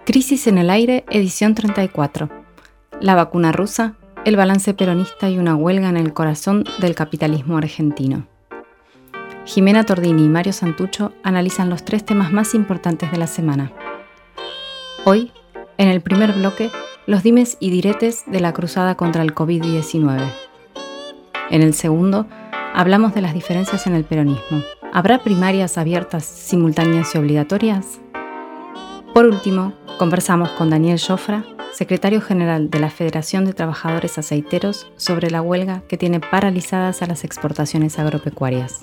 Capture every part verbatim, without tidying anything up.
Crisis en el aire, edición treinta y cuatro. La vacuna rusa, el balance peronista y una huelga en el corazón del capitalismo argentino. Jimena Tordini y Mario Santucho analizan los tres temas más importantes de la semana. Hoy, en el primer bloque, los dimes y diretes de la cruzada contra el covid diecinueve. En el segundo, hablamos de las diferencias en el peronismo. ¿Habrá primarias abiertas, simultáneas y obligatorias? Por último, conversamos con Daniel Jofra, secretario general de la Federación de Trabajadores Aceiteros, sobre la huelga que tiene paralizadas a las exportaciones agropecuarias.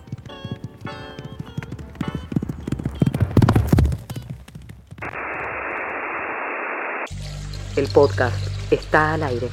El podcast está al aire.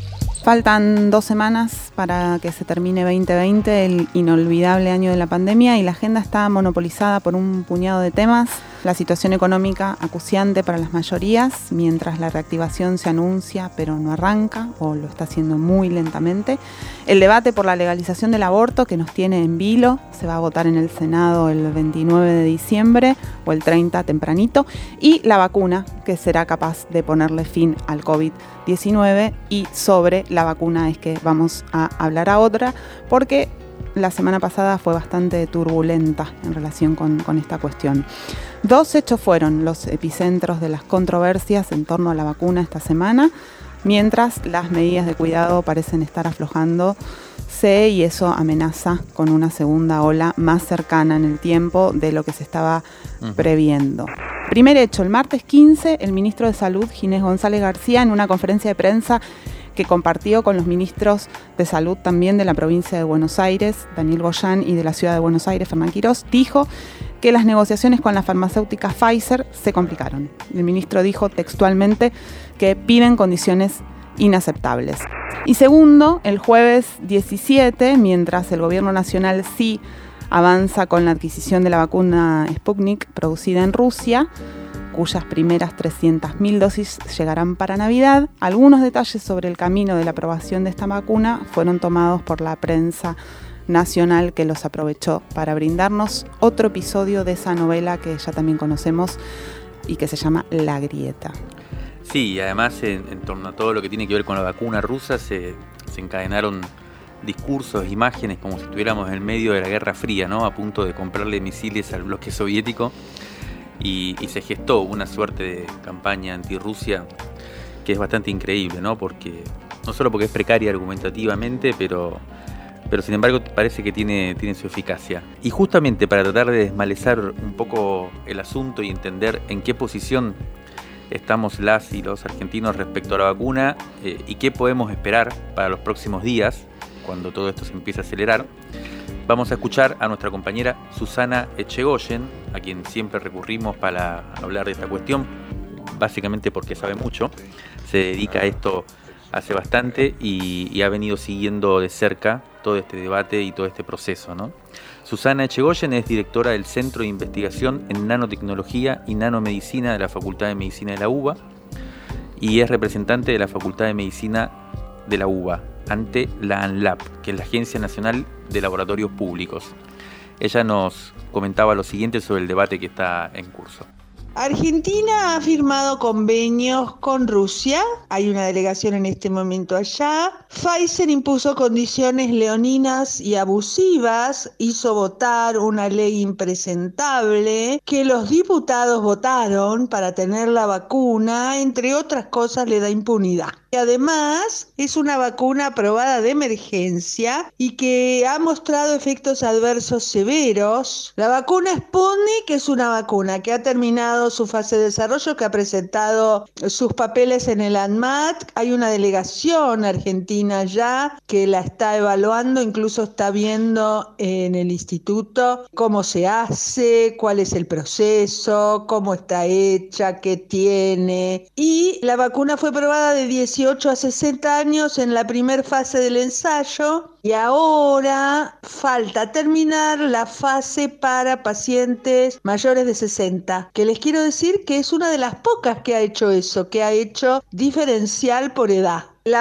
Faltan dos semanas para que se termine veinte veinte, el inolvidable año de la pandemia, y la agenda está monopolizada por un puñado de temas. La situación económica acuciante para las mayorías, mientras la reactivación se anuncia pero no arranca, o lo está haciendo muy lentamente. El debate por la legalización del aborto, que nos tiene en vilo, se va a votar en el Senado el veintinueve de diciembre o el treinta tempranito. Y la vacuna, que será capaz de ponerle fin al covid diecinueve. Y sobre la vacuna es que vamos a hablar ahora, porque la semana pasada fue bastante turbulenta en relación con, con esta cuestión. Dos hechos fueron los epicentros de las controversias en torno a la vacuna esta semana, mientras las medidas de cuidado parecen estar aflojándose, y eso amenaza con una segunda ola más cercana en el tiempo de lo que se estaba uh-huh. previendo. Primer hecho, el martes quince, el ministro de Salud, Ginés González García, en una conferencia de prensa que compartió con los ministros de Salud también de la provincia de Buenos Aires, Daniel Goyán, y de la ciudad de Buenos Aires, Fernán Quirós, dijo que las negociaciones con la farmacéutica Pfizer se complicaron. El ministro dijo textualmente que piden condiciones inaceptables. Y segundo, el jueves diecisiete, mientras el gobierno nacional sí avanza con la adquisición de la vacuna Sputnik producida en Rusia, cuyas primeras trescientas mil dosis llegarán para Navidad, algunos detalles sobre el camino de la aprobación de esta vacuna fueron tomados por la prensa nacional, que los aprovechó para brindarnos otro episodio de esa novela que ya también conocemos y que se llama La Grieta. Sí, y además en, en torno a todo lo que tiene que ver con la vacuna rusa se, se encadenaron discursos, imágenes, como si estuviéramos en el medio de la Guerra Fría, ¿no? A punto de comprarle misiles al bloque soviético. Y, y se gestó una suerte de campaña anti-Rusia que es bastante increíble, ¿no? Porque, no solo porque es precaria argumentativamente, pero, pero sin embargo parece que tiene, tiene su eficacia. Y justamente para tratar de desmalezar un poco el asunto y entender en qué posición estamos las y los argentinos respecto a la vacuna eh, y qué podemos esperar para los próximos días, cuando todo esto se empiece a acelerar, vamos a escuchar a nuestra compañera Susana Echegoyen, a quien siempre recurrimos para hablar de esta cuestión, básicamente porque sabe mucho, se dedica a esto hace bastante y, y ha venido siguiendo de cerca todo este debate y todo este proceso, ¿no? Susana Echegoyen es directora del Centro de Investigación en Nanotecnología y Nanomedicina de la Facultad de Medicina de la U B A y es representante de la Facultad de Medicina de la U B A ante la ANLAP, que es la Agencia Nacional de Laboratorios Públicos. Ella nos comentaba lo siguiente sobre el debate que está en curso. Argentina ha firmado convenios con Rusia, hay una delegación en este momento allá. Pfizer impuso condiciones leoninas y abusivas, hizo votar una ley impresentable que los diputados votaron para tener la vacuna, entre otras cosas le da impunidad. Además, es una vacuna aprobada de emergencia y que ha mostrado efectos adversos severos. La vacuna Sputnik es una vacuna que ha terminado su fase de desarrollo, que ha presentado sus papeles en el ANMAT. Hay una delegación argentina ya que la está evaluando, incluso está viendo en el instituto cómo se hace, cuál es el proceso, cómo está hecha, qué tiene. Y la vacuna fue probada de dieciocho a sesenta años en la primera fase del ensayo, y ahora falta terminar la fase para pacientes mayores de sesenta, que les quiero decir que es una de las pocas que ha hecho eso, que ha hecho diferencial por edad. La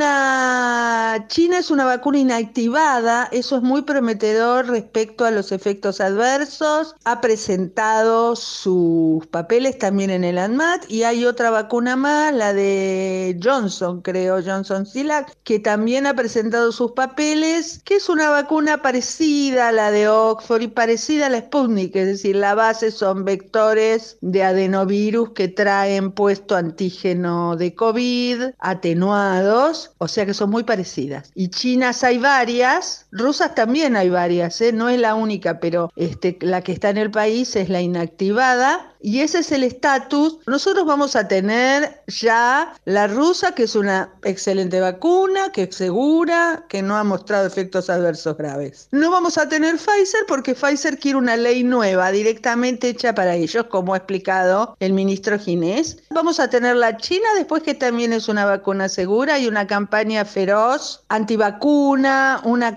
vacuna china es una vacuna inactivada, eso es muy prometedor respecto a los efectos adversos. Ha presentado sus papeles también en el ANMAT y hay otra vacuna más, la de Johnson, creo, Johnson Silac, que también ha presentado sus papeles, que es una vacuna parecida a la de Oxford y parecida a la Sputnik, es decir, la base son vectores de adenovirus que traen puesto antígeno de COVID, atenuado, o sea que son muy parecidas. Y chinas hay varias, rusas también hay varias, ¿eh? No es la única, pero este, la que está en el país es la inactivada. Y ese es el estatus. Nosotros vamos a tener ya la rusa, que es una excelente vacuna, que es segura, que no ha mostrado efectos adversos graves. No vamos a tener Pfizer porque Pfizer quiere una ley nueva, directamente hecha para ellos, como ha explicado el ministro Ginés. Vamos a tener la china después, que también es una vacuna segura, y una campaña feroz antivacuna, una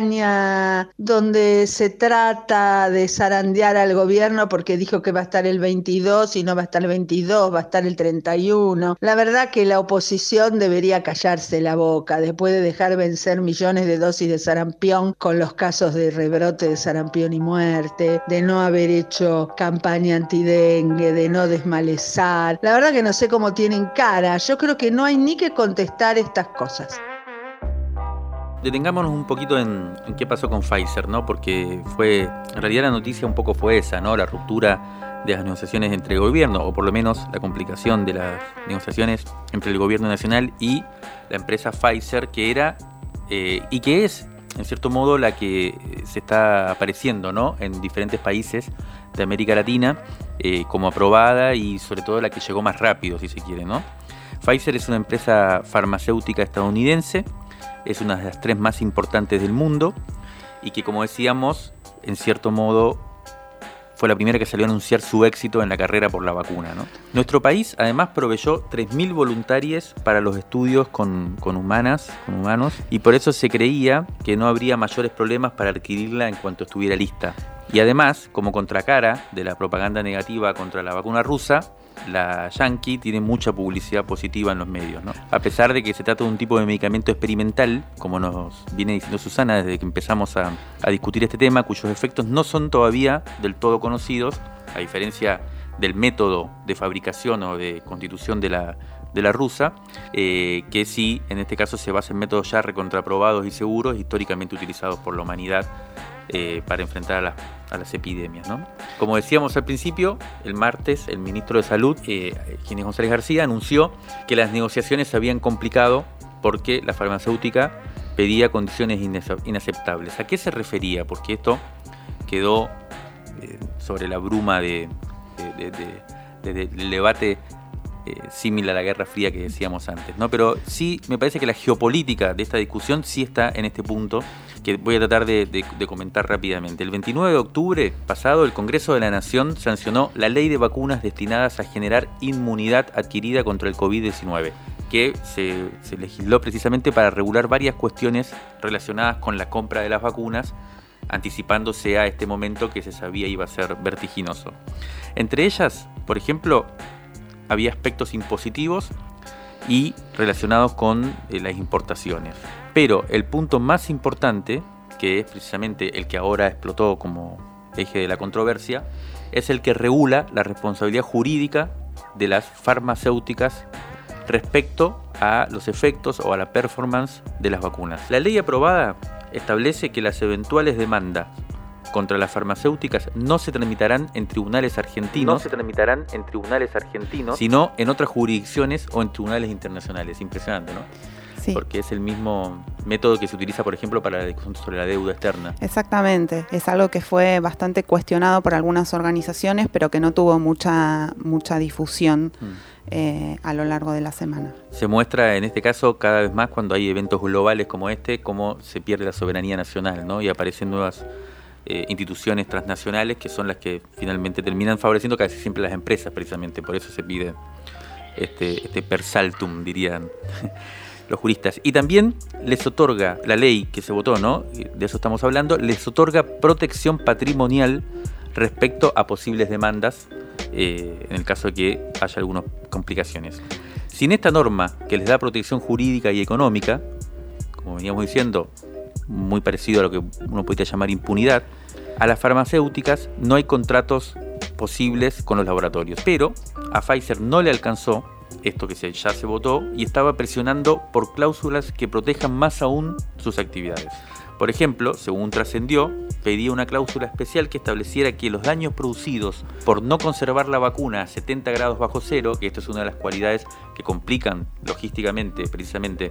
campaña donde se trata de zarandear al gobierno porque dijo que va a estar el veintidós y no va a estar el veintidós, va a estar el treinta y uno. La verdad que la oposición debería callarse la boca después de dejar vencer millones de dosis de sarampión con los casos de rebrote de sarampión y muerte, de no haber hecho campaña antidengue, de no desmalezar. La verdad que no sé cómo tienen cara. Yo creo que no hay ni que contestar estas cosas. Detengámonos un poquito en, en qué pasó con Pfizer, ¿no? Porque fue, en realidad la noticia un poco fue esa, ¿no? La ruptura de las negociaciones entre el gobierno, o por lo menos la complicación de las negociaciones entre el gobierno nacional y la empresa Pfizer, que era eh, y que es, en cierto modo, la que se está apareciendo, ¿no? En diferentes países de América Latina eh, como aprobada, y sobre todo la que llegó más rápido, si se quiere, ¿no? Pfizer es una empresa farmacéutica estadounidense, es una de las tres más importantes del mundo y que, como decíamos, en cierto modo fue la primera que salió a anunciar su éxito en la carrera por la vacuna, ¿no? Nuestro país además proveyó tres mil voluntarios para los estudios con, con humanas, con humanos, y por eso se creía que no habría mayores problemas para adquirirla en cuanto estuviera lista. Y además, como contracara de la propaganda negativa contra la vacuna rusa, la Yankee tiene mucha publicidad positiva en los medios, ¿no? A pesar de que se trata de un tipo de medicamento experimental, como nos viene diciendo Susana desde que empezamos a, a discutir este tema, cuyos efectos no son todavía del todo conocidos, a diferencia del método de fabricación o de constitución de la, de la rusa, eh, que sí, en este caso se basa en métodos ya recontraprobados y seguros, históricamente utilizados por la humanidad eh, para enfrentar a las, a las epidemias, ¿no? Como decíamos al principio, el martes el ministro de Salud, eh, Ginés González García, anunció que las negociaciones se habían complicado porque la farmacéutica pedía condiciones inaceptables. ¿A qué se refería? Porque esto quedó eh, sobre la bruma de, de, de, de, de, del debate eh, similar a la Guerra Fría que decíamos antes, ¿no? Pero sí me parece que la geopolítica de esta discusión sí está en este punto, que voy a tratar de, de, de comentar rápidamente. El veintinueve de octubre pasado, el Congreso de la Nación sancionó la ley de vacunas destinadas a generar inmunidad adquirida contra el covid diecinueve, que se, se legisló precisamente para regular varias cuestiones relacionadas con la compra de las vacunas, anticipándose a este momento que se sabía iba a ser vertiginoso. Entre ellas, por ejemplo, había aspectos impositivos y relacionados con eh, las importaciones. Pero el punto más importante, que es precisamente el que ahora explotó como eje de la controversia, es el que regula la responsabilidad jurídica de las farmacéuticas respecto a los efectos o a la performance de las vacunas. La ley aprobada establece que las eventuales demandas contra las farmacéuticas no se tramitarán en tribunales argentinos, no se tramitarán en tribunales argentinos, sino en otras jurisdicciones o en tribunales internacionales. Impresionante, ¿no? Sí. Porque es el mismo método que se utiliza, por ejemplo, para la discusión sobre la deuda externa. Exactamente, es algo que fue bastante cuestionado por algunas organizaciones, pero que no tuvo mucha, mucha difusión mm. eh, a lo largo de la semana. Se muestra en este caso cada vez más cuando hay eventos globales como este, cómo se pierde la soberanía nacional, ¿no? Y aparecen nuevas eh, instituciones transnacionales que son las que finalmente terminan favoreciendo casi siempre las empresas, precisamente. Por eso se pide este, este per saltum, dirían los juristas. Y también les otorga, la ley que se votó, ¿no? De eso estamos hablando, les otorga protección patrimonial respecto a posibles demandas eh, en el caso de que haya algunas complicaciones. Sin esta norma que les da protección jurídica y económica, como veníamos diciendo, muy parecido a lo que uno podría llamar impunidad, a las farmacéuticas no hay contratos posibles con los laboratorios. Pero a Pfizer no le alcanzó esto que se, ya se votó y estaba presionando por cláusulas que protejan más aún sus actividades. Por ejemplo, según trascendió, pedía una cláusula especial que estableciera que los daños producidos por no conservar la vacuna a setenta grados bajo cero, que esto es una de las cualidades que complican logísticamente precisamente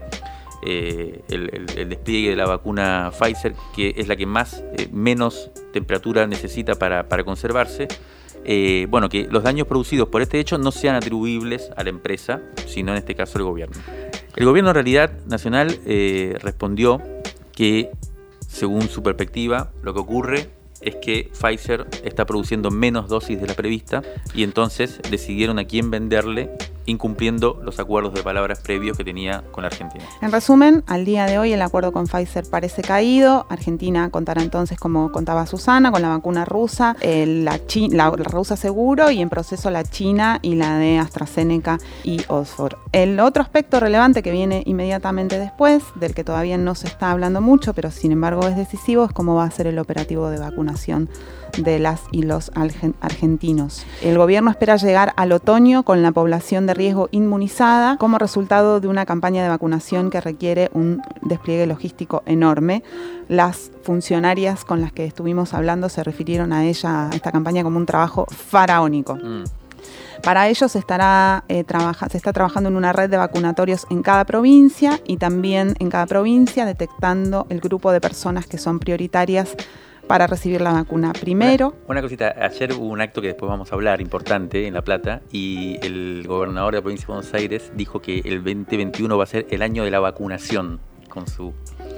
eh, el, el, el despliegue de la vacuna Pfizer, que es la que más eh, menos temperatura necesita para, para conservarse, eh, bueno, que los daños producidos por este hecho no sean atribuibles a la empresa, sino en este caso al gobierno. El gobierno en realidad nacional eh, respondió que, según su perspectiva, lo que ocurre es que Pfizer está produciendo menos dosis de la prevista y entonces decidieron a quién venderle, incumpliendo los acuerdos de palabras previos que tenía con Argentina. En resumen, al día de hoy el acuerdo con Pfizer parece caído. Argentina contará entonces, como contaba Susana, con la vacuna rusa, eh, la, chi- la, la rusa seguro, y en proceso la china y la de AstraZeneca y Oxford. El otro aspecto relevante que viene inmediatamente después, del que todavía no se está hablando mucho, pero sin embargo es decisivo, es cómo va a ser el operativo de vacunación de las y los argentinos. El gobierno espera llegar al otoño con la población de riesgo inmunizada como resultado de una campaña de vacunación que requiere un despliegue logístico enorme. Las funcionarias con las que estuvimos hablando se refirieron a ella, a esta campaña, como un trabajo faraónico. Mm. Para ello se, estará, eh, trabaja, se está trabajando en una red de vacunatorios en cada provincia y también en cada provincia detectando el grupo de personas que son prioritarias para recibir la vacuna primero. Una, una cosita, ayer hubo un acto que después vamos a hablar, importante, en La Plata, y el gobernador de la provincia de Buenos Aires dijo que el veinte veintiuno va a ser el año de la vacunación, con su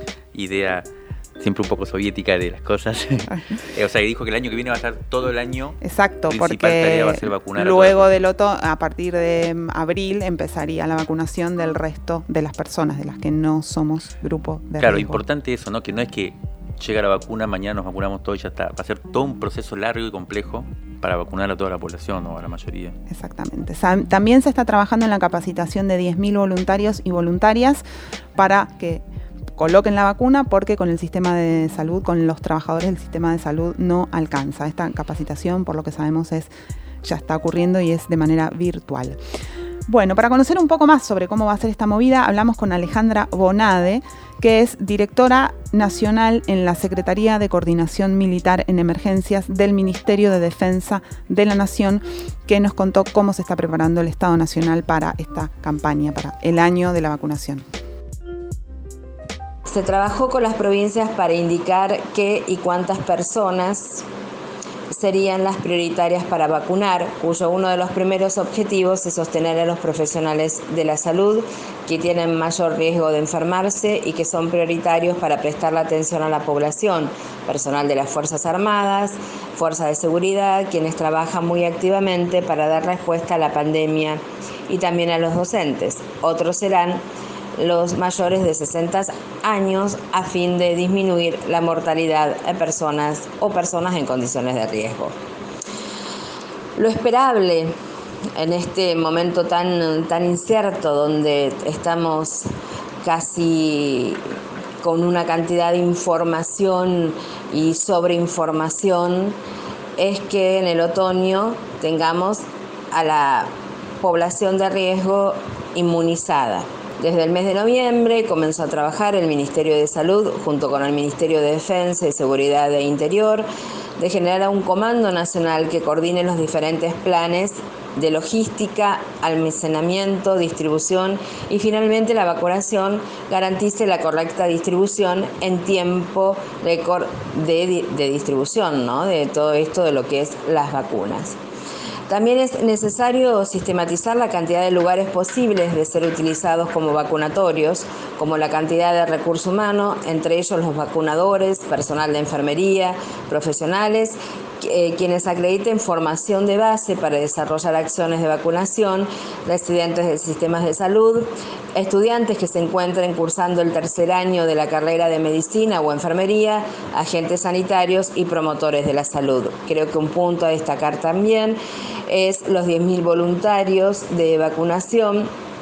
idea siempre un poco soviética de las cosas. O sea, dijo que el año que viene va a estar todo el año. Exacto, porque va a ser vacunar luego del otoño, a partir de abril, empezaría la vacunación del resto de las personas, de las que no somos grupo de Claro, riesgo. Importante eso, ¿no? Que no es que llega la vacuna, mañana nos vacunamos todos y ya está. Va a ser todo un proceso largo y complejo para vacunar a toda la población o a la mayoría. Exactamente. También se está trabajando en la capacitación de diez mil voluntarios y voluntarias para que coloquen la vacuna, porque con el sistema de salud, con los trabajadores del sistema de salud no alcanza. Esta capacitación, por lo que sabemos, es ya está ocurriendo y es de manera virtual. Bueno, para conocer un poco más sobre cómo va a ser esta movida, hablamos con Alejandra Bonade, que es directora nacional en la Secretaría de Coordinación Militar en Emergencias del Ministerio de Defensa de la Nación, que nos contó cómo se está preparando el Estado Nacional para esta campaña, para el año de la vacunación. Se trabajó con las provincias para indicar qué y cuántas personas serían las prioritarias para vacunar, cuyo uno de los primeros objetivos es sostener a los profesionales de la salud que tienen mayor riesgo de enfermarse y que son prioritarios para prestar la atención a la población, personal de las Fuerzas Armadas, Fuerzas de Seguridad, quienes trabajan muy activamente para dar respuesta a la pandemia, y también a los docentes. Otros serán los mayores de sesenta años a fin de disminuir la mortalidad de personas o personas en condiciones de riesgo. Lo esperable en este momento tan, tan incierto, donde estamos casi con una cantidad de información y sobreinformación, es que en el otoño tengamos a la población de riesgo inmunizada. Desde el mes de noviembre comenzó a trabajar el Ministerio de Salud junto con el Ministerio de Defensa y Seguridad de Interior de generar un comando nacional que coordine los diferentes planes de logística, almacenamiento, distribución y finalmente la vacunación garantice la correcta distribución en tiempo récord de, de distribución, ¿no? De todo esto de lo que es las vacunas. También es necesario sistematizar la cantidad de lugares posibles de ser utilizados como vacunatorios, como la cantidad de recurso humano, entre ellos los vacunadores, personal de enfermería, profesionales, eh, quienes acrediten formación de base para desarrollar acciones de vacunación, residentes de sistemas de salud, estudiantes que se encuentren cursando el tercer año de la carrera de medicina o enfermería, agentes sanitarios y promotores de la salud. Creo que un punto a destacar también es los diez mil voluntarios de vacunación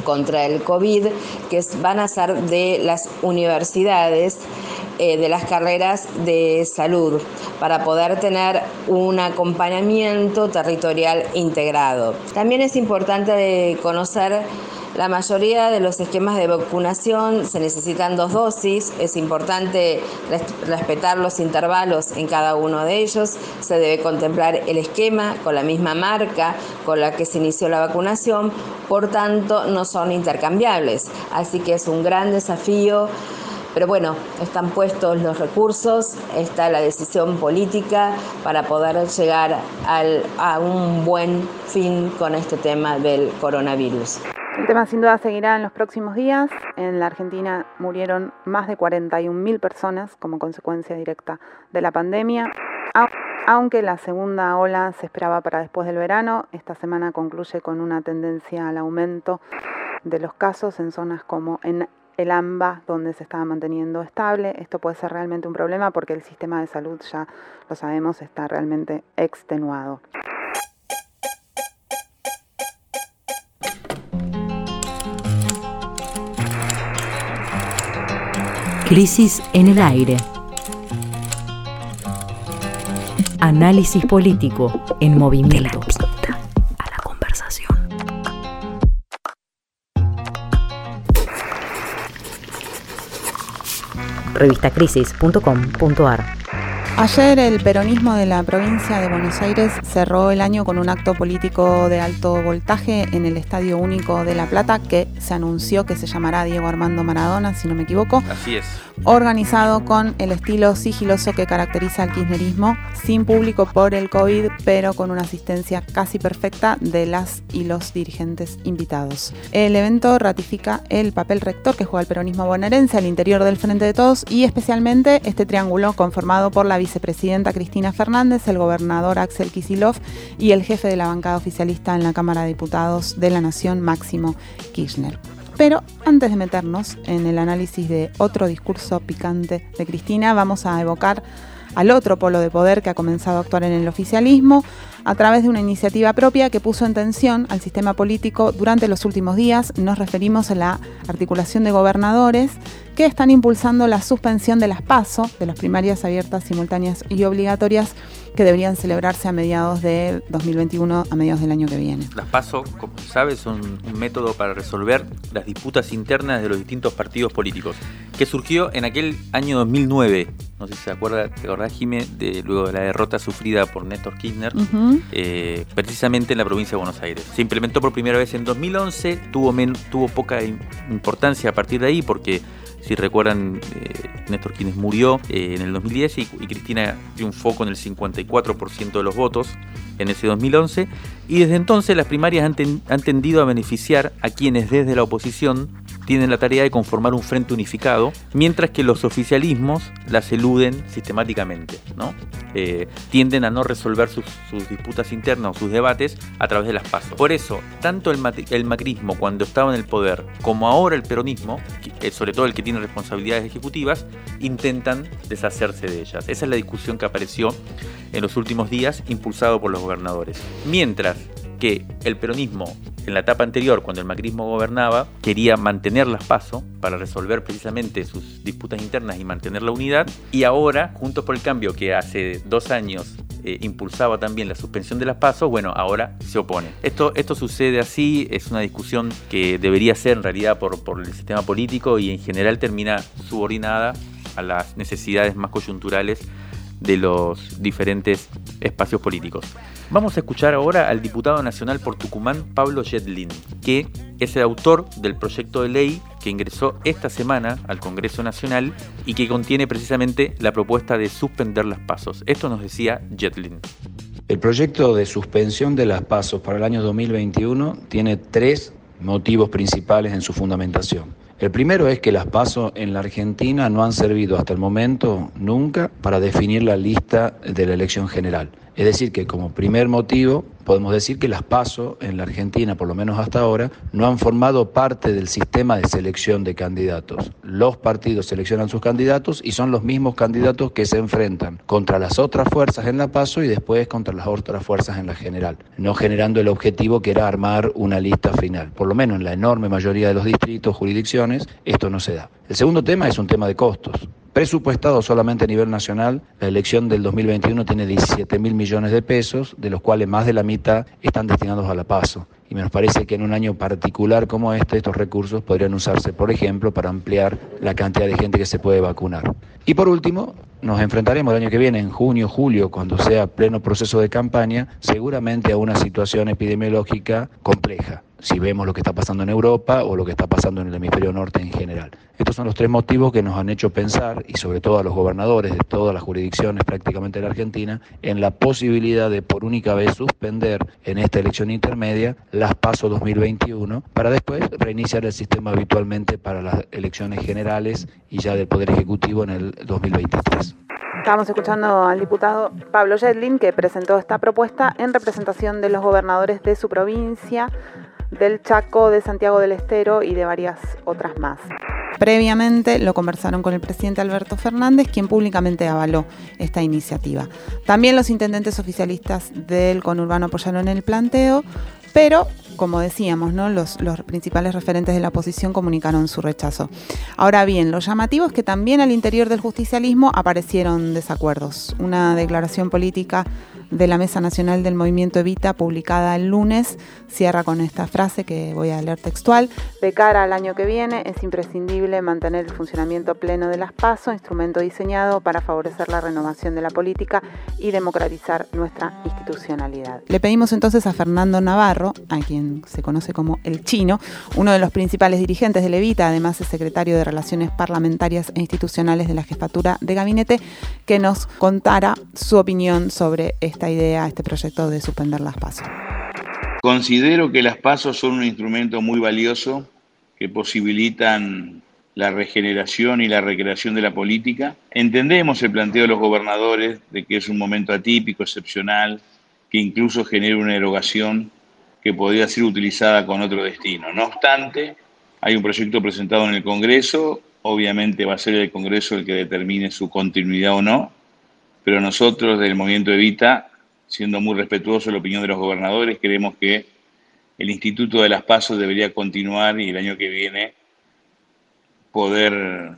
contra el COVID, que van a ser de las universidades, eh, de las carreras de salud, para poder tener un acompañamiento territorial integrado. También es importante conocer la mayoría de los esquemas de vacunación se necesitan dos dosis, es importante respetar los intervalos en cada uno de ellos, se debe contemplar el esquema con la misma marca con la que se inició la vacunación, por tanto no son intercambiables, así que es un gran desafío. Pero bueno, están puestos los recursos, está la decisión política para poder llegar al, a un buen fin con este tema del coronavirus. El tema sin duda seguirá en los próximos días. En la Argentina murieron más de cuarenta y un mil personas como consecuencia directa de la pandemia. Aunque la segunda ola se esperaba para después del verano, esta semana concluye con una tendencia al aumento de los casos en zonas como en el AMBA, donde se estaba manteniendo estable. Esto puede ser realmente un problema porque el sistema de salud, ya lo sabemos, está realmente extenuado. Crisis en el aire. Análisis político en movimiento. A la conversación. revista crisis punto com punto a r. Ayer el peronismo de la provincia de Buenos Aires cerró el año con un acto político de alto voltaje en el Estadio Único de La Plata, que se anunció que se llamará Diego Armando Maradona, si no me equivoco. Así es. Organizado con el estilo sigiloso que caracteriza al kirchnerismo, sin público por el COVID, pero con una asistencia casi perfecta de las y los dirigentes invitados. El evento ratifica el papel rector que juega el peronismo bonaerense al interior del Frente de Todos y especialmente este triángulo conformado por la vicepresidenta Cristina Fernández, el gobernador Axel Kicillof y el jefe de la bancada oficialista en la Cámara de Diputados de la Nación, Máximo Kirchner. Pero antes de meternos en el análisis de otro discurso picante de Cristina, vamos a evocar al otro polo de poder que ha comenzado a actuar en el oficialismo a través de una iniciativa propia que puso en tensión al sistema político durante los últimos días. Nos referimos a la articulación de gobernadores que están impulsando la suspensión de las PASO, de las primarias abiertas, simultáneas y obligatorias, que deberían celebrarse a mediados de dos mil veintiuno, a mediados del año que viene. Las PASO, como sabes, son un método para resolver las disputas internas de los distintos partidos políticos, que surgió en aquel año dos mil nueve. No sé si se acuerda, te acordás, Jimé, de, luego de la derrota sufrida por Néstor Kirchner, uh-huh. eh, precisamente en la provincia de Buenos Aires. Se implementó por primera vez en dos mil once, tuvo, men, tuvo poca importancia a partir de ahí, porque si recuerdan, eh, Néstor Kirchner murió eh, en el dos mil diez y, y Cristina triunfó con el cincuenta y cuatro por ciento de los votos en ese dos mil once, y desde entonces las primarias han, ten, han tendido a beneficiar a quienes desde la oposición tienen la tarea de conformar un frente unificado, mientras que los oficialismos las eluden sistemáticamente, ¿no? Eh, tienden a no resolver sus, sus disputas internas o sus debates a través de las PASO. Por eso, tanto el, el macrismo cuando estaba en el poder, como ahora el peronismo, que, sobre todo el que tiene responsabilidades ejecutivas, intentan deshacerse de ellas. Esa es la discusión que apareció en los últimos días, impulsado por los gobernadores. Mientras que el peronismo, en la etapa anterior, cuando el macrismo gobernaba, quería mantener las PASO para resolver precisamente sus disputas internas y mantener la unidad, y ahora, Juntos por el Cambio, que hace dos años eh, impulsaba también la suspensión de las PASO, bueno, ahora se opone. Esto, esto sucede así, es una discusión que debería ser en realidad por, por el sistema político y en general termina subordinada a las necesidades más coyunturales de los diferentes espacios políticos. Vamos a escuchar ahora al diputado nacional por Tucumán, Pablo Yedlin, que es el autor del proyecto de ley que ingresó esta semana al Congreso Nacional y que contiene precisamente la propuesta de suspender las PASOs. Esto nos decía Yedlin. El proyecto de suspensión de las PASOs para el año dos mil veintiuno tiene tres motivos principales en su fundamentación. El primero es que las PASO en la Argentina no han servido hasta el momento nunca para definir la lista de la elección general. Es decir, que como primer motivo podemos decir que las PASO en la Argentina, por lo menos hasta ahora, no han formado parte del sistema de selección de candidatos. Los partidos seleccionan sus candidatos y son los mismos candidatos que se enfrentan contra las otras fuerzas en la PASO y después contra las otras fuerzas en la general, no generando el objetivo que era armar una lista final. Por lo menos en la enorme mayoría de los distritos, jurisdicciones, esto no se da. El segundo tema es un tema de costos. Presupuestado solamente a nivel nacional, la elección del dos mil veintiuno tiene diecisiete mil millones de pesos, de los cuales más de la mitad están destinados a la PASO. Y me parece que en un año particular como este, estos recursos podrían usarse, por ejemplo, para ampliar la cantidad de gente que se puede vacunar. Y por último, nos enfrentaremos el año que viene, en junio, julio, cuando sea pleno proceso de campaña, seguramente a una situación epidemiológica compleja, si vemos lo que está pasando en Europa o lo que está pasando en el hemisferio norte en general. Estos son los tres motivos que nos han hecho pensar, y sobre todo a los gobernadores de todas las jurisdicciones prácticamente de la Argentina, en la posibilidad de por única vez suspender en esta elección intermedia las PASO dos mil veintiuno para después reiniciar el sistema habitualmente para las elecciones generales y ya del Poder Ejecutivo en el dos mil veintitrés. Estábamos escuchando al diputado Pablo Yedlin, que presentó esta propuesta en representación de los gobernadores de su provincia, del Chaco, de Santiago del Estero y de varias otras más. Previamente lo conversaron con el presidente Alberto Fernández, quien públicamente avaló esta iniciativa. También los intendentes oficialistas del conurbano apoyaron el planteo, pero, como decíamos, ¿no? los, los principales referentes de la oposición comunicaron su rechazo. Ahora bien, lo llamativo es que también al interior del justicialismo aparecieron desacuerdos. Una declaración política de la Mesa Nacional del Movimiento Evita, publicada el lunes, cierra con esta frase que voy a leer textual: de cara al año que viene es imprescindible mantener el funcionamiento pleno de las PASO, instrumento diseñado para favorecer la renovación de la política y democratizar nuestra institucionalidad. Le pedimos entonces a Fernando Navarro, a quien se conoce como El Chino, uno de los principales dirigentes del Evita, además es secretario de Relaciones Parlamentarias e Institucionales de la Jefatura de Gabinete, que nos contara su opinión sobre esta idea, este proyecto de suspender las PASO. Considero que las PASO son un instrumento muy valioso que posibilitan la regeneración y la recreación de la política. Entendemos el planteo de los gobernadores de que es un momento atípico, excepcional, que incluso genera una erogación que podría ser utilizada con otro destino. No obstante, hay un proyecto presentado en el Congreso, obviamente va a ser el Congreso el que determine su continuidad o no, pero nosotros del Movimiento Evita, siendo muy respetuosos de la opinión de los gobernadores, creemos que el Instituto de las PASO debería continuar y el año que viene poder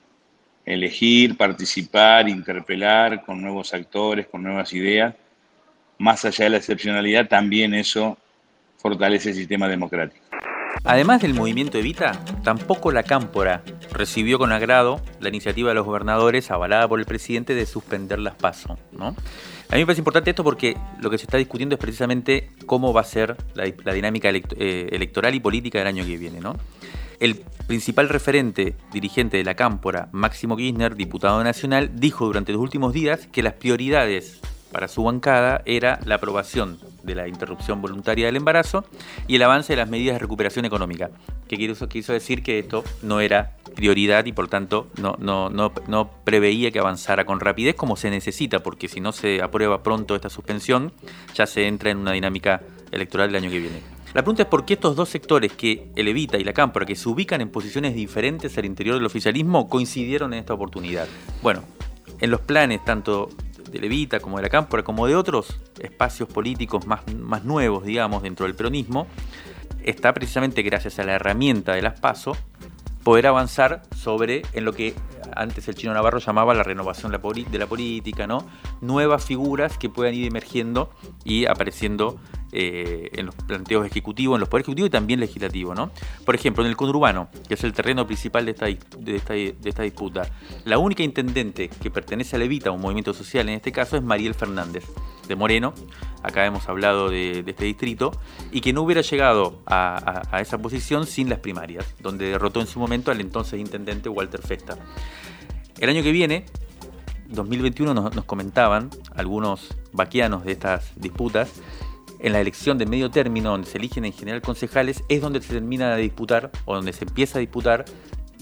elegir, participar, interpelar con nuevos actores, con nuevas ideas. Más allá de la excepcionalidad, también eso fortalece el sistema democrático. Además del Movimiento Evita, tampoco la Cámpora recibió con agrado la iniciativa de los gobernadores, avalada por el presidente, de suspender las PASO, ¿no? A mí me parece importante esto porque lo que se está discutiendo es precisamente cómo va a ser la, la dinámica elect, eh, electoral y política del año que viene, ¿no? El principal referente dirigente de la Cámpora, Máximo Kirchner, diputado nacional, dijo durante los últimos días que las prioridades para su bancada era la aprobación de la interrupción voluntaria del embarazo y el avance de las medidas de recuperación económica, que quiso, quiso decir que esto no era prioridad y por tanto no, no, no, no preveía que avanzara con rapidez como se necesita, porque si no se aprueba pronto esta suspensión, ya se entra en una dinámica electoral del año que viene. La pregunta es por qué estos dos sectores, que el Evita y la Cámpora, que se ubican en posiciones diferentes al interior del oficialismo, coincidieron en esta oportunidad. Bueno, en los planes tanto de Evita como de la Cámpora, como de otros espacios políticos más, más nuevos, digamos, dentro del peronismo, está precisamente gracias a la herramienta de las PASO poder avanzar sobre en lo que antes el Chino Navarro llamaba la renovación de la política, ¿no? Nuevas figuras que puedan ir emergiendo y apareciendo eh, en los planteos ejecutivos, en los poderes ejecutivos y también legislativos, ¿no? Por ejemplo, en el conurbano, que es el terreno principal de esta, de esta, de esta disputa, la única intendente que pertenece al Evita, un movimiento social en este caso, es Mariel Fernández, de Moreno. Acá hemos hablado de, de este distrito, y que no hubiera llegado a, a, a esa posición sin las primarias, donde derrotó en su momento al entonces intendente Walter Festa. El año que viene, dos mil veintiuno, nos, nos comentaban algunos vaquianos de estas disputas, en la elección de medio término, donde se eligen en general concejales, es donde se termina de disputar, o donde se empieza a disputar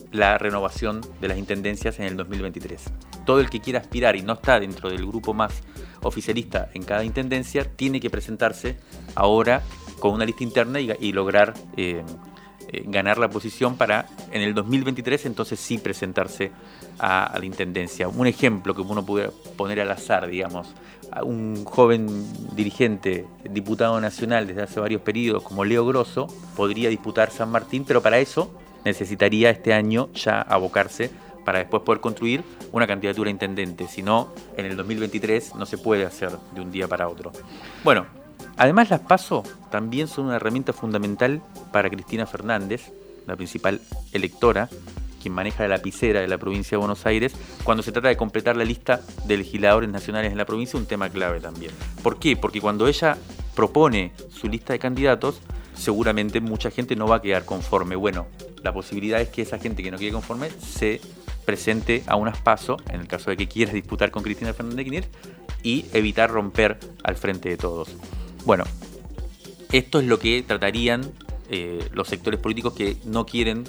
la renovación de las intendencias en el dos mil veintitrés. Todo el que quiera aspirar y no está dentro del grupo más oficialista en cada intendencia tiene que presentarse ahora con una lista interna y, y lograr eh, eh, ganar la posición para en el dos mil veintitrés entonces sí presentarse a, a la intendencia. Un ejemplo que uno pudiera poner al azar, digamos, un joven dirigente, diputado nacional desde hace varios periodos como Leo Grosso, podría disputar San Martín, pero para eso necesitaría este año ya abocarse para después poder construir una candidatura a intendente. Si no, en el dos mil veintitrés no se puede hacer de un día para otro. Bueno, además las PASO también son una herramienta fundamental para Cristina Fernández, la principal electora, quien maneja la lapicera de la provincia de Buenos Aires, cuando se trata de completar la lista de legisladores nacionales en la provincia, un tema clave también. ¿Por qué? Porque cuando ella propone su lista de candidatos, seguramente mucha gente no va a quedar conforme. Bueno, la posibilidad es que esa gente que no quede conforme se presente a unas PASO, en el caso de que quiera disputar con Cristina Fernández de Kirchner, y evitar romper al frente de todos. Bueno, esto es lo que tratarían eh, los sectores políticos que no quieren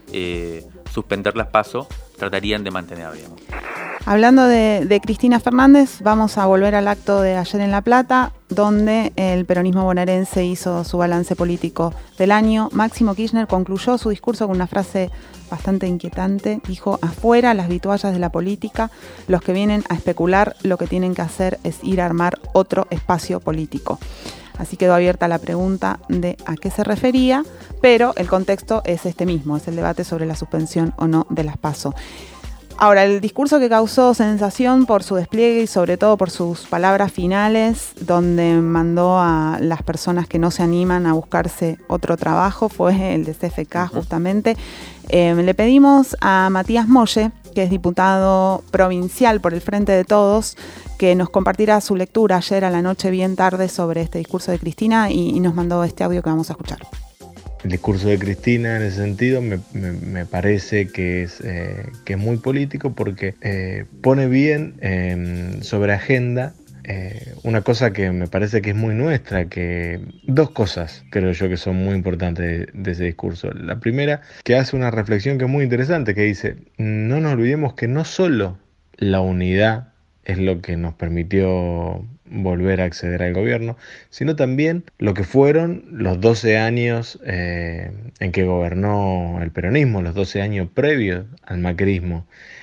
eh, suspender las PASO, tratarían de mantener, digamos. Hablando de, de Cristina Fernández, vamos a volver al acto de ayer en La Plata, donde el peronismo bonaerense hizo su balance político del año. Máximo Kirchner concluyó su discurso con una frase bastante inquietante. Dijo: afuera las vituallas de la política, los que vienen a especular lo que tienen que hacer es ir a armar otro espacio político. Así quedó abierta la pregunta de a qué se refería, pero el contexto es este mismo, es el debate sobre la suspensión o no de las PASO. Ahora, el discurso que causó sensación por su despliegue y sobre todo por sus palabras finales, donde mandó a las personas que no se animan a buscarse otro trabajo, fue el de C F K justamente. Eh, le pedimos a Matías Molle, que es diputado provincial por el Frente de Todos, que nos compartiera su lectura ayer a la noche bien tarde sobre este discurso de Cristina y, y nos mandó este audio que vamos a escuchar. El discurso de Cristina en ese sentido me, me, me parece que es, eh, que es muy político porque eh, pone bien eh, sobre agenda eh, una cosa que me parece que es muy nuestra, que dos cosas creo yo que son muy importantes de, de ese discurso. La primera, que hace una reflexión que es muy interesante, que dice: no nos olvidemos que no solo la unidad es lo que nos permitió volver a acceder al gobierno, sino también lo que fueron los doce años eh, en que gobernó el peronismo, los doce años previos al macrismo.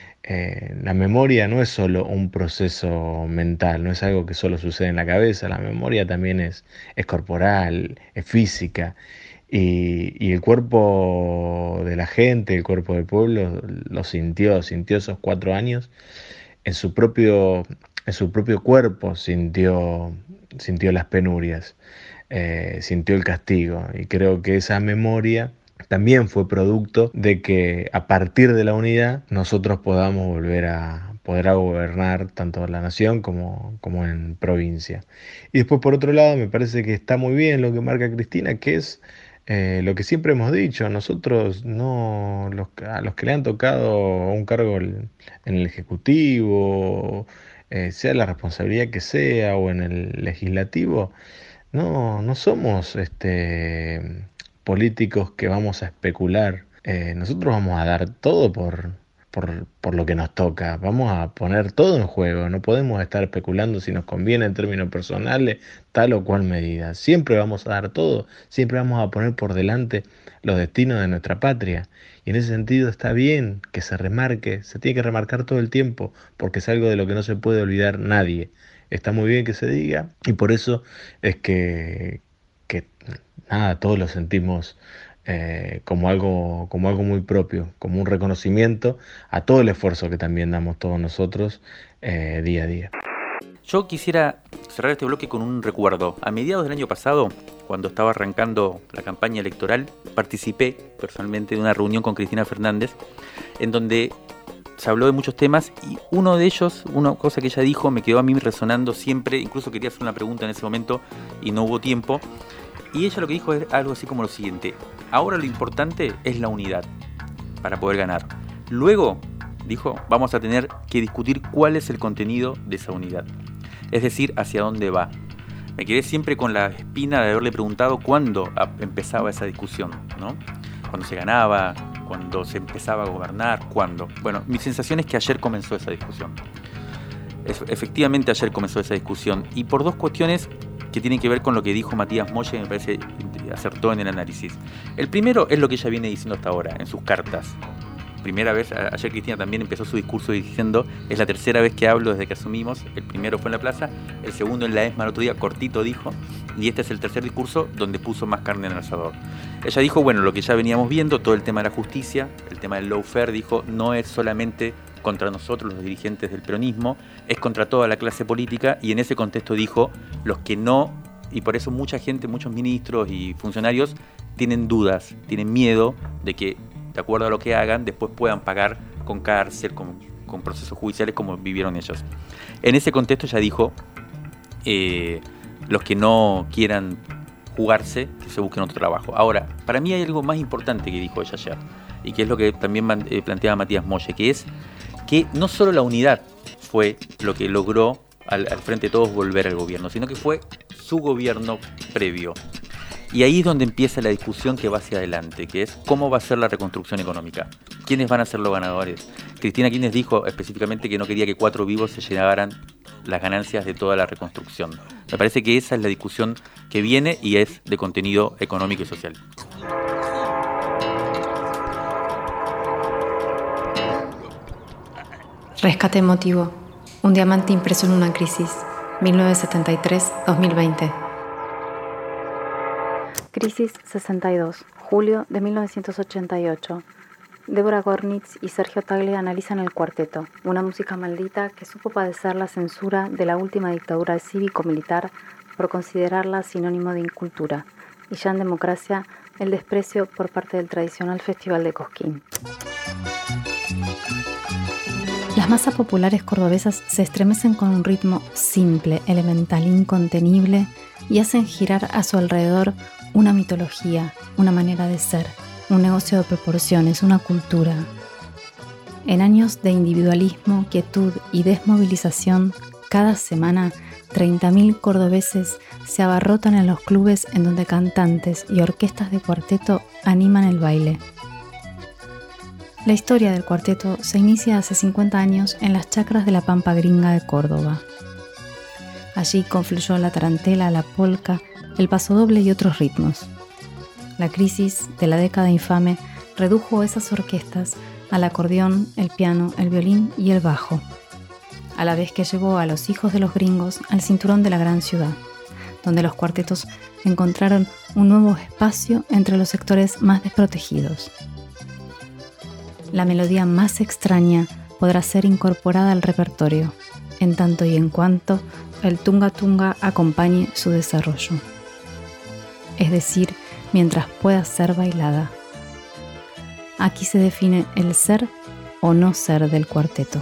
Eh, la memoria no es solo un proceso mental, no es algo que solo sucede en la cabeza, la memoria también es, es corporal, es física. Y, y el cuerpo de la gente, el cuerpo del pueblo, lo sintió, sintió esos cuatro años en su propio... en su propio cuerpo sintió, sintió las penurias, eh, sintió el castigo, y creo que esa memoria también fue producto de que a partir de la unidad nosotros podamos volver a poder a gobernar tanto la nación como, como en provincia. Y después, por otro lado, me parece que está muy bien lo que marca Cristina, que es Eh, lo que siempre hemos dicho, nosotros no, los, a los que le han tocado un cargo en el Ejecutivo, eh, sea la responsabilidad que sea, o en el Legislativo, no, no somos este, políticos que vamos a especular. Eh, nosotros vamos a dar todo por, por, por lo que nos toca, vamos a poner todo en juego, no podemos estar especulando si nos conviene en términos personales tal o cual medida. Siempre vamos a dar todo, siempre vamos a poner por delante los destinos de nuestra patria. Y en ese sentido está bien que se remarque, se tiene que remarcar todo el tiempo, porque es algo de lo que no se puede olvidar nadie. Está muy bien que se diga, y por eso es que, que nada, todos lo sentimos eh, como algo, como algo muy propio, como un reconocimiento a todo el esfuerzo que también damos todos nosotros eh, día a día. Yo quisiera cerrar este bloque con un recuerdo. A mediados del año pasado, cuando estaba arrancando la campaña electoral, participé personalmente de una reunión con Cristina Fernández, en donde se habló de muchos temas, y uno de ellos, una cosa que ella dijo, me quedó a mí resonando siempre. Incluso quería hacer una pregunta en ese momento y no hubo tiempo. Y ella lo que dijo es algo así como lo siguiente: ahora lo importante es la unidad para poder ganar. Luego, dijo, vamos a tener que discutir cuál es el contenido de esa unidad. Es decir, hacia dónde va. Me quedé siempre con la espina de haberle preguntado cuándo empezaba esa discusión, ¿no? Cuando se ganaba, cuando se empezaba a gobernar, ¿cuándo? Bueno, mi sensación es que ayer comenzó esa discusión. Es, efectivamente ayer comenzó esa discusión y por dos cuestiones que tienen que ver con lo que dijo Matías Molle, que me parece acertó en el análisis. El primero es lo que ella viene diciendo hasta ahora, en sus cartas. Primera vez, ayer Cristina también empezó su discurso diciendo, es la tercera vez que hablo desde que asumimos, el primero fue en la plaza, el segundo en la ESMA el otro día, cortito dijo, y este es el tercer discurso donde puso más carne en el asador. Ella dijo, bueno, lo que ya veníamos viendo, todo el tema de la justicia, el tema del lawfare, dijo, no es solamente contra nosotros los dirigentes del peronismo, es contra toda la clase política, y en ese contexto dijo, los que no, y por eso mucha gente, muchos ministros y funcionarios tienen dudas, tienen miedo de que, de acuerdo a lo que hagan, después puedan pagar con cárcel, con, con procesos judiciales como vivieron ellos. En ese contexto ya dijo, eh, los que no quieran jugarse, que se busquen otro trabajo. Ahora, para mí hay algo más importante que dijo ella ayer, y que es lo que también eh, planteaba Matías Molle, que es que no solo la unidad fue lo que logró al, al frente de todos volver al gobierno, sino que fue su gobierno previo. Y ahí es donde empieza la discusión que va hacia adelante, que es cómo va a ser la reconstrucción económica. ¿Quiénes van a ser los ganadores? Cristina Kirchner dijo específicamente que no quería que cuatro vivos se llevaran las ganancias de toda la reconstrucción. Me parece que esa es la discusión que viene y es de contenido económico y social. Rescate emotivo. Un diamante impreso en una crisis. mil novecientos setenta y tres a dos mil veinte. Crisis sesenta y dos, julio de mil novecientos ochenta y ocho. Débora Gornitz y Sergio Tagle analizan el cuarteto, una música maldita que supo padecer la censura de la última dictadura cívico-militar por considerarla sinónimo de incultura, y ya en democracia el desprecio por parte del tradicional Festival de Cosquín. Las masas populares cordobesas se estremecen con un ritmo simple, elemental, incontenible y hacen girar a su alrededor una mitología, una manera de ser, un negocio de proporciones, una cultura. En años de individualismo, quietud y desmovilización, cada semana treinta mil cordobeses se abarrotan en los clubes en donde cantantes y orquestas de cuarteto animan el baile. La historia del cuarteto se inicia hace cincuenta años en las chacras de la Pampa Gringa de Córdoba. Allí confluyó la tarantela, la polca, el pasodoble y otros ritmos. La crisis de la década infame redujo esas orquestas al acordeón, el piano, el violín y el bajo, a la vez que llevó a los hijos de los gringos al cinturón de la gran ciudad, donde los cuartetos encontraron un nuevo espacio entre los sectores más desprotegidos. La melodía más extraña podrá ser incorporada al repertorio, en tanto y en cuanto el tunga tunga acompañe su desarrollo. Es decir, mientras pueda ser bailada. Aquí se define el ser o no ser del cuarteto.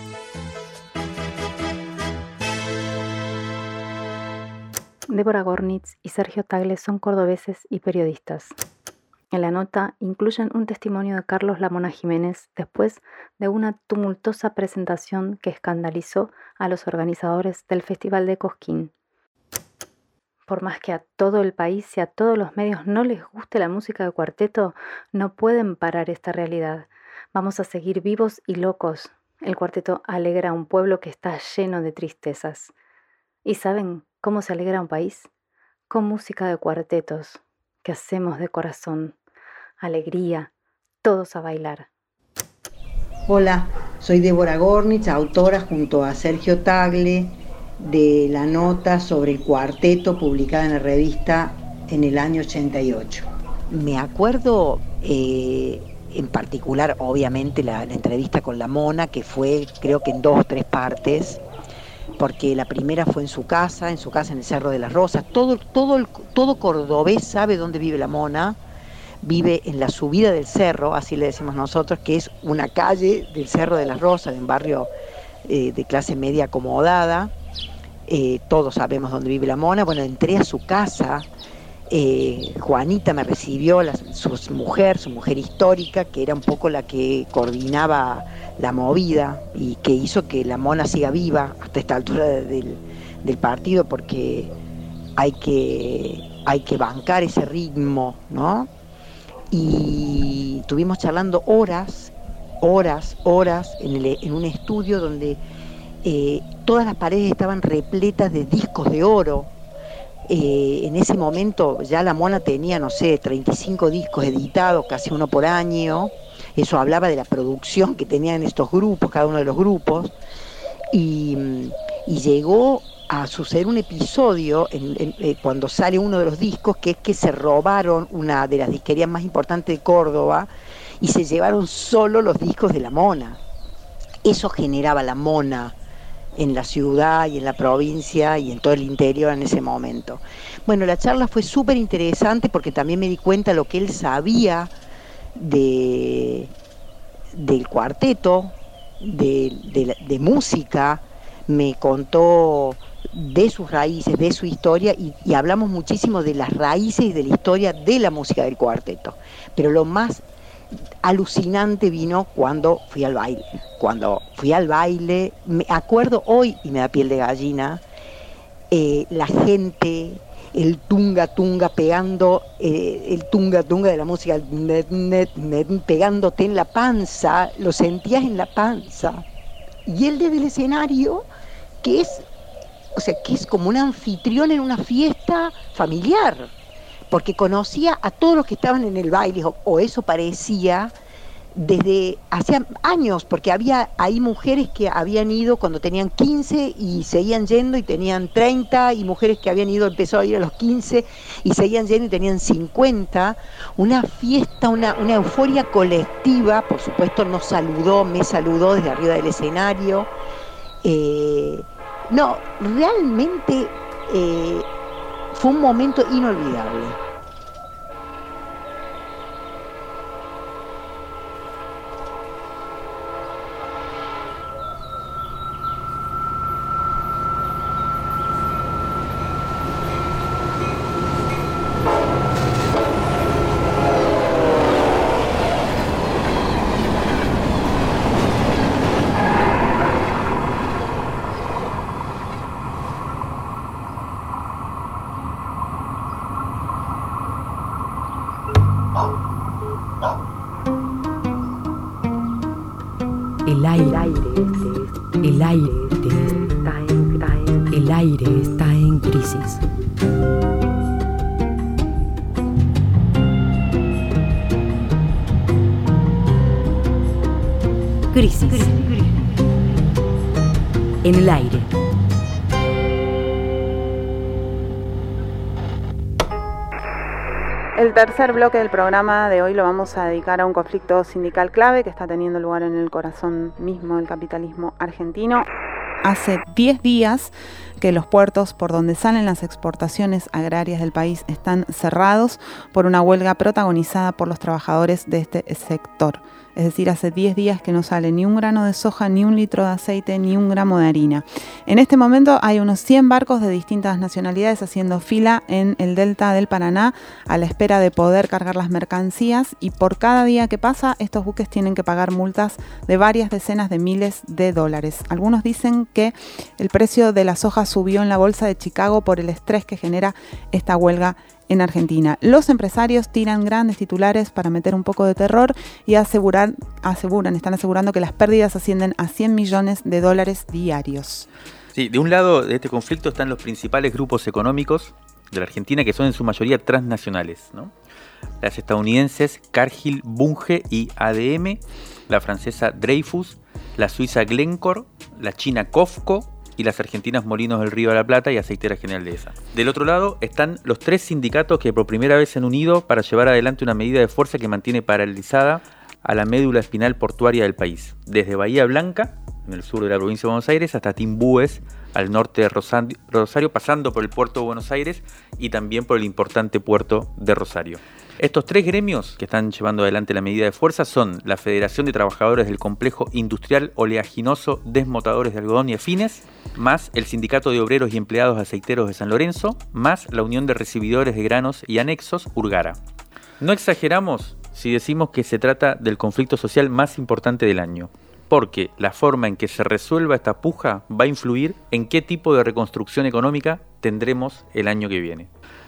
Débora Gornitz y Sergio Tagle son cordobeses y periodistas. En la nota incluyen un testimonio de Carlos Lamona Jiménez después de una tumultuosa presentación que escandalizó a los organizadores del Festival de Cosquín. Por más que a todo el país y a todos los medios no les guste la música de cuarteto, no pueden parar esta realidad. Vamos a seguir vivos y locos. El cuarteto alegra a un pueblo que está lleno de tristezas. ¿Y saben cómo se alegra un país? Con música de cuartetos, que hacemos de corazón. Alegría, todos a bailar. Hola, soy Débora Gornitz, autora junto a Sergio Tagle de la nota sobre el cuarteto publicada en la revista en el año ochenta y ocho. Me acuerdo eh, en particular, obviamente, la, la entrevista con la Mona, que fue creo que en dos o tres partes, porque la primera fue en su casa, en su casa en el Cerro de las Rosas. Todo, todo, el, todo cordobés sabe dónde vive la Mona. Vive en la subida del cerro, así le decimos nosotros, que es una calle del Cerro de las Rosas, de un barrio eh, de clase media acomodada. Eh, todos sabemos dónde vive la Mona. Bueno, entré a su casa, eh, Juanita me recibió, la, su mujer, su mujer histórica, que era un poco la que coordinaba la movida y que hizo que la Mona siga viva hasta esta altura del, del partido, porque hay que, hay que bancar ese ritmo, ¿no? y estuvimos charlando horas, horas, horas en, el, en un estudio donde eh, todas las paredes estaban repletas de discos de oro. Eh, en ese momento ya la Mona tenía, no sé, treinta y cinco discos editados, casi uno por año. Eso hablaba de la producción que tenían estos grupos, cada uno de los grupos. Y, y llegó a suceder un episodio en, en, eh, cuando sale uno de los discos, que es que se robaron una de las disquerías más importantes de Córdoba y se llevaron solo los discos de la Mona. Eso generaba la Mona en la ciudad y en la provincia y en todo el interior en ese momento. Bueno, la charla fue súper interesante porque también me di cuenta lo que él sabía de, del cuarteto, de, de, de música, me contó de sus raíces, de su historia, y, y hablamos muchísimo de las raíces y de la historia de la música del cuarteto. Pero lo más alucinante vino cuando fui al baile. Cuando fui al baile, me acuerdo hoy, y me da piel de gallina, eh, la gente, el tunga tunga pegando, eh, el tunga tunga de la música, net, net, net, pegándote en la panza, lo sentías en la panza. Y él desde el escenario, que es, o sea, que es como un anfitrión en una fiesta familiar, porque conocía a todos los que estaban en el baile, o, o eso parecía, desde hacía años, porque había ahí mujeres que habían ido cuando tenían quince y seguían yendo y tenían treinta, y mujeres que habían ido, empezó a ir a los quince y seguían yendo y tenían cincuenta, una fiesta, una, una euforia colectiva. Por supuesto nos saludó, me saludó desde arriba del escenario. Eh, no, realmente eh, fue un momento inolvidable. El aire, el aire, el aire está en crisis. Crisis. En el aire. El tercer bloque del programa de hoy lo vamos a dedicar a un conflicto sindical clave que está teniendo lugar en el corazón mismo del capitalismo argentino. Hace diez días que los puertos por donde salen las exportaciones agrarias del país están cerrados por una huelga protagonizada por los trabajadores de este sector. Es decir, hace diez días que no sale ni un grano de soja, ni un litro de aceite, ni un gramo de harina. En este momento hay unos cien barcos de distintas nacionalidades haciendo fila en el delta del Paraná a la espera de poder cargar las mercancías, y por cada día que pasa estos buques tienen que pagar multas de varias decenas de miles de dólares. Algunos dicen que el precio de la soja subió en la bolsa de Chicago por el estrés que genera esta huelga en Argentina. Los empresarios tiran grandes titulares para meter un poco de terror y asegurar, aseguran, están asegurando que las pérdidas ascienden a cien millones de dólares diarios. Sí, de un lado de este conflicto están los principales grupos económicos de la Argentina, que son en su mayoría transnacionales, ¿no? Las estadounidenses Cargill, Bunge y A D M, la francesa Dreyfus, la suiza Glencore, la china Cofco y las argentinas Molinos del Río de la Plata y Aceitera General Dehesa. Del otro lado están los tres sindicatos que por primera vez se han unido para llevar adelante una medida de fuerza que mantiene paralizada a la médula espinal portuaria del país, desde Bahía Blanca, en el sur de la provincia de Buenos Aires, hasta Timbúes, al norte de Rosario, pasando por el puerto de Buenos Aires y también por el importante puerto de Rosario. Estos tres gremios que están llevando adelante la medida de fuerza son la Federación de Trabajadores del Complejo Industrial Oleaginoso Desmotadores de Algodón y Afines, más el Sindicato de Obreros y Empleados Aceiteros de San Lorenzo, más la Unión de Recibidores de Granos y Anexos, Urgara. No exageramos si decimos que se trata del conflicto social más importante del año, porque la forma en que se resuelva esta puja va a influir en qué tipo de reconstrucción económica tendremos el año que viene.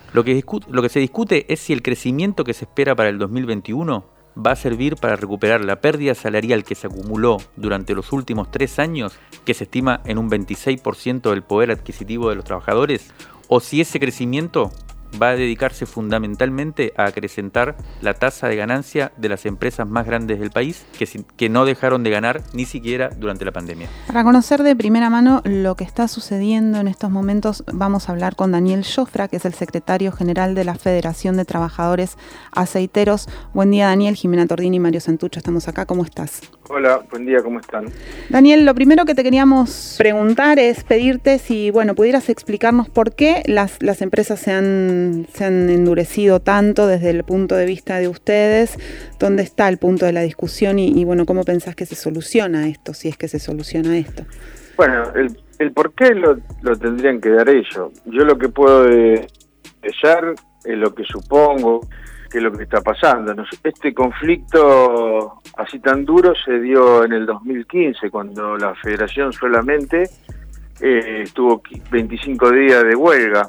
Lo que, lo que se discute es si el crecimiento que se espera para el dos mil veintiuno va a servir para recuperar la pérdida salarial que se acumuló durante los últimos tres años, que se estima en un veintiséis por ciento del poder adquisitivo de los trabajadores, o si ese crecimiento va a dedicarse fundamentalmente a acrecentar la tasa de ganancia de las empresas más grandes del país, que, que no dejaron de ganar ni siquiera durante la pandemia. Para conocer de primera mano lo que está sucediendo en estos momentos, vamos a hablar con Daniel Jofra, que es el secretario general de la Federación de Trabajadores Aceiteros. Buen día, Daniel. Jimena Tordini y Mario Santucho estamos acá. ¿Cómo estás? Hola, buen día, ¿cómo están? Daniel, lo primero que te queríamos preguntar es pedirte si, bueno, pudieras explicarnos por qué las, las empresas se han se han endurecido tanto desde el punto de vista de ustedes. ¿Dónde está el punto de la discusión y, y bueno, cómo pensás que se soluciona esto, si es que se soluciona esto? Bueno, el, el por qué lo, lo tendrían que dar ellos. Yo lo que puedo desear es lo que supongo que es lo que está pasando. Este conflicto así tan duro se dio en el dos mil quince, cuando la Federación solamente eh, estuvo veinticinco días de huelga.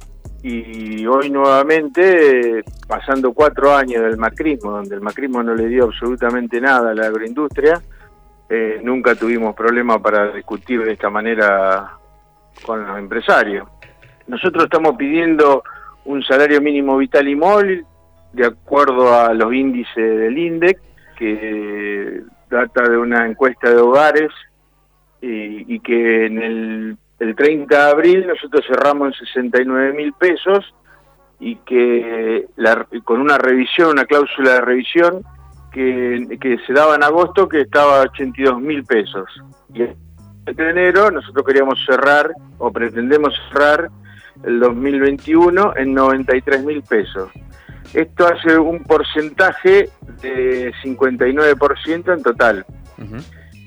Y hoy nuevamente, pasando cuatro años del macrismo, donde el macrismo no le dio absolutamente nada a la agroindustria, eh, nunca tuvimos problema para discutir de esta manera con los empresarios. Nosotros estamos pidiendo un salario mínimo vital y móvil de acuerdo a los índices del INDEC, que data de una encuesta de hogares y, y que en el El treinta de abril nosotros cerramos en sesenta y nueve mil pesos y que la, con una revisión, una cláusula de revisión que, que se daba en agosto, que estaba a ochenta y dos mil pesos. Y el de enero nosotros queríamos cerrar, o pretendemos cerrar, el dos mil veintiuno en noventa y tres mil pesos. Esto hace un porcentaje de cincuenta y nueve por ciento en total. Uh-huh.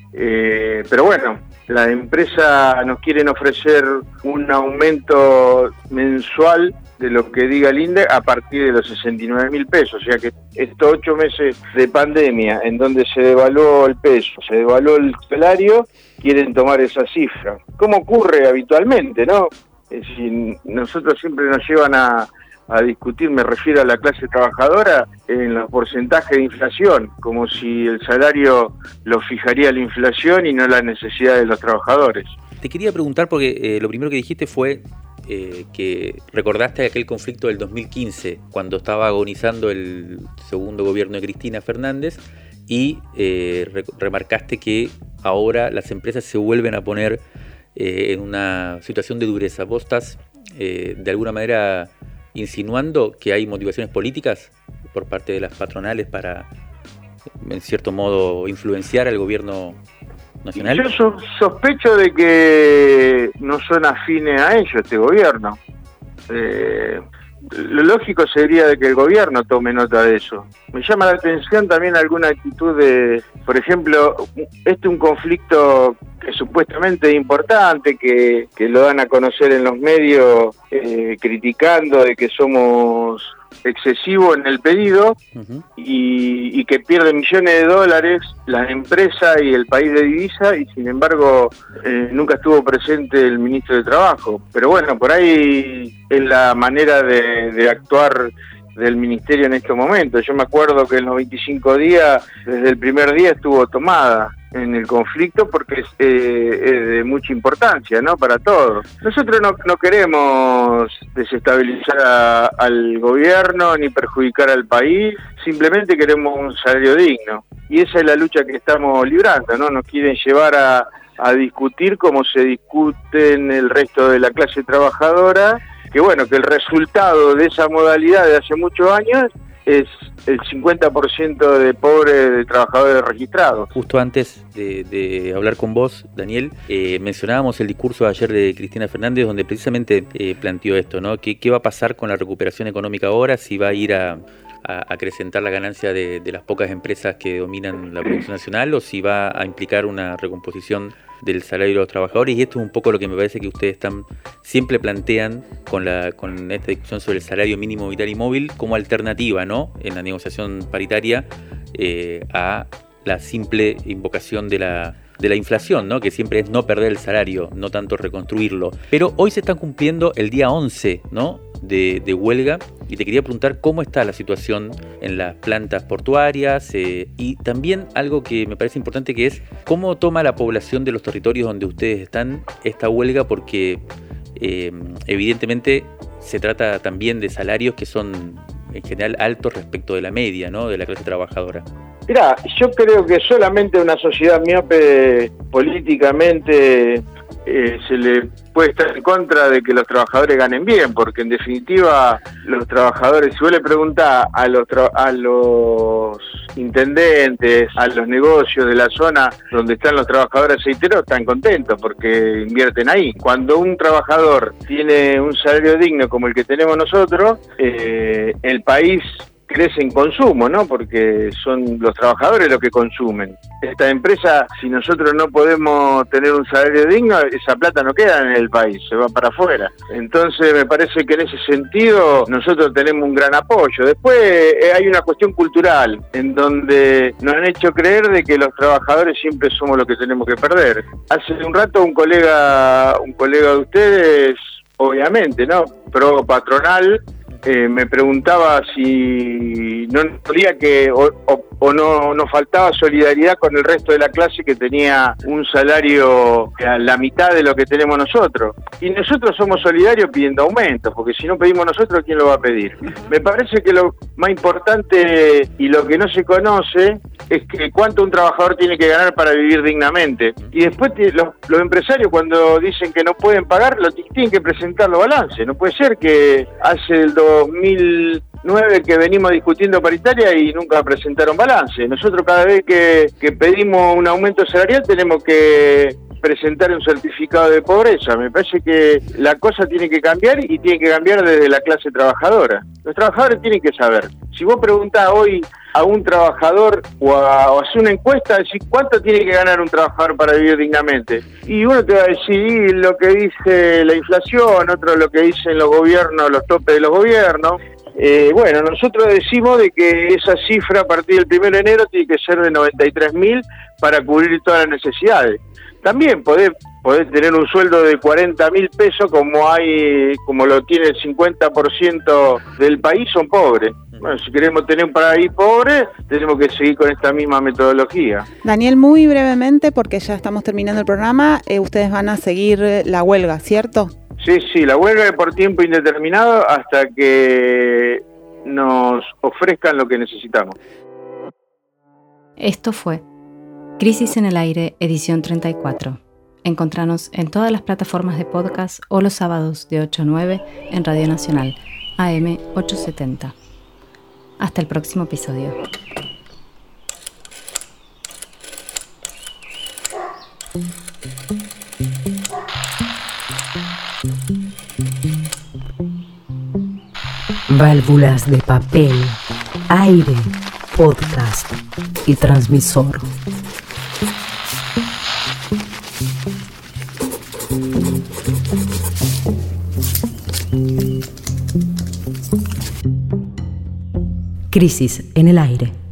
Eh, pero bueno, la empresa nos quieren ofrecer un aumento mensual de lo que diga el INDEC a partir de los sesenta y nueve mil pesos, o sea que estos ocho meses de pandemia en donde se devaluó el peso, se devaluó el salario, quieren tomar esa cifra, como ocurre habitualmente, ¿no? Es decir, nosotros siempre nos llevan a a discutir, me refiero a la clase trabajadora, en los porcentajes de inflación, como si el salario lo fijaría la inflación y no las necesidades de los trabajadores. Te quería preguntar, porque eh, lo primero que dijiste fue eh, que recordaste aquel conflicto del dos mil quince, cuando estaba agonizando el segundo gobierno de Cristina Fernández, y eh, re- remarcaste que ahora las empresas se vuelven a poner eh, en una situación de dureza. ¿Vos estás eh, de alguna manera insinuando que hay motivaciones políticas por parte de las patronales para, en cierto modo, influenciar al gobierno nacional? Yo so- sospecho de que no son afines a ellos, este gobierno. Eh, lo lógico sería de que el gobierno tome nota de eso. Me llama la atención también alguna actitud de, por ejemplo, este es un conflicto que supuestamente es importante, que, que lo dan a conocer en los medios eh, criticando de que somos excesivos en el pedido, uh-huh. y, y que pierden millones de dólares las empresas y el país de divisa, y sin embargo eh, nunca estuvo presente el ministro de Trabajo. Pero bueno, por ahí es la manera de, de actuar del ministerio en estos momentos. Yo me acuerdo que en los veinticinco días, desde el primer día estuvo tomada en el conflicto porque es, eh, es de mucha importancia, ¿no?, para todos. Nosotros no, no queremos desestabilizar a, al gobierno ni perjudicar al país, simplemente queremos un salario digno. Y esa es la lucha que estamos librando, ¿no? Nos quieren llevar a, a discutir como se discute en el resto de la clase trabajadora, que bueno, que el resultado de esa modalidad de hace muchos años es el cincuenta por ciento de pobres de trabajadores registrados. Justo antes de, de hablar con vos, Daniel, eh, mencionábamos el discurso de ayer de Cristina Fernández, donde precisamente eh, planteó esto, ¿no? ¿Qué, ¿Qué va a pasar con la recuperación económica ahora? Si va a ir a, a acrecentar la ganancia de, de las pocas empresas que dominan la producción nacional, o si va a implicar una recomposición del salario de los trabajadores. Y esto es un poco lo que me parece que ustedes están siempre plantean con la con esta discusión sobre el salario mínimo vital y móvil como alternativa, ¿no?, en la negociación paritaria eh, a la simple invocación de la de la inflación, ¿no?, que siempre es no perder el salario, no tanto reconstruirlo. Pero hoy se están cumpliendo el día once, ¿no?, de, de huelga y te quería preguntar cómo está la situación en las plantas portuarias eh, y también algo que me parece importante, que es cómo toma la población de los territorios donde ustedes están esta huelga, porque eh, evidentemente se trata también de salarios que son en general altos respecto de la media, ¿no?, de la clase trabajadora. Mirá, yo creo que solamente una sociedad miope políticamente eh, se le puede estar en contra de que los trabajadores ganen bien, porque en definitiva los trabajadores, si vos le preguntás a los, tra- a los intendentes, a los negocios de la zona donde están los trabajadores aceiteros, están contentos porque invierten ahí. Cuando un trabajador tiene un salario digno como el que tenemos nosotros, eh, el país crece en consumo, ¿no? Porque son los trabajadores los que consumen. Esta empresa, si nosotros no podemos tener un salario digno, esa plata no queda en el país, se va para afuera. Entonces me parece que en ese sentido nosotros tenemos un gran apoyo. Después eh, hay una cuestión cultural en donde nos han hecho creer de que los trabajadores siempre somos los que tenemos que perder. Hace un rato un colega, un colega de ustedes, obviamente, ¿no?, pro patronal, Eh, me preguntaba si no podía que o, o, o no nos faltaba solidaridad con el resto de la clase que tenía un salario a la mitad de lo que tenemos nosotros. Y nosotros somos solidarios pidiendo aumentos, porque si no pedimos nosotros, ¿quién lo va a pedir? Me parece que lo más importante y lo que no se conoce es que cuánto un trabajador tiene que ganar para vivir dignamente. Y después los, los empresarios, cuando dicen que no pueden pagar, lo tienen que presentar los balances. No puede ser que hace el dos mil nueve que venimos discutiendo paritaria y nunca presentaron balance. Nosotros cada vez que, que pedimos un aumento salarial tenemos que presentar un certificado de pobreza. Me parece que la cosa tiene que cambiar y tiene que cambiar desde la clase trabajadora. Los trabajadores tienen que saber. Si vos preguntás hoy a un trabajador o a, o hacer una encuesta, decir cuánto tiene que ganar un trabajador para vivir dignamente, y uno te va a decir lo que dice la inflación, otro lo que dicen los gobiernos, los topes de los gobiernos. Eh, bueno, nosotros decimos de que esa cifra a partir del primero de enero tiene que ser de noventa y tres mil para cubrir todas las necesidades. También podés, podés tener un sueldo de cuarenta mil pesos como hay, como lo tiene el cincuenta por ciento del país, son pobres. Bueno, si queremos tener un país pobre, tenemos que seguir con esta misma metodología. Daniel, muy brevemente, porque ya estamos terminando el programa, eh, ustedes van a seguir la huelga, ¿cierto? Sí, sí, la huelga es por tiempo indeterminado hasta que nos ofrezcan lo que necesitamos. Esto fue Crisis en el Aire, edición treinta y cuatro. Encontranos en todas las plataformas de podcast o los sábados de ocho a nueve en Radio Nacional, A M ochocientos setenta. Hasta el próximo episodio. Válvulas de papel, aire, podcast y transmisor. Crisis en el aire.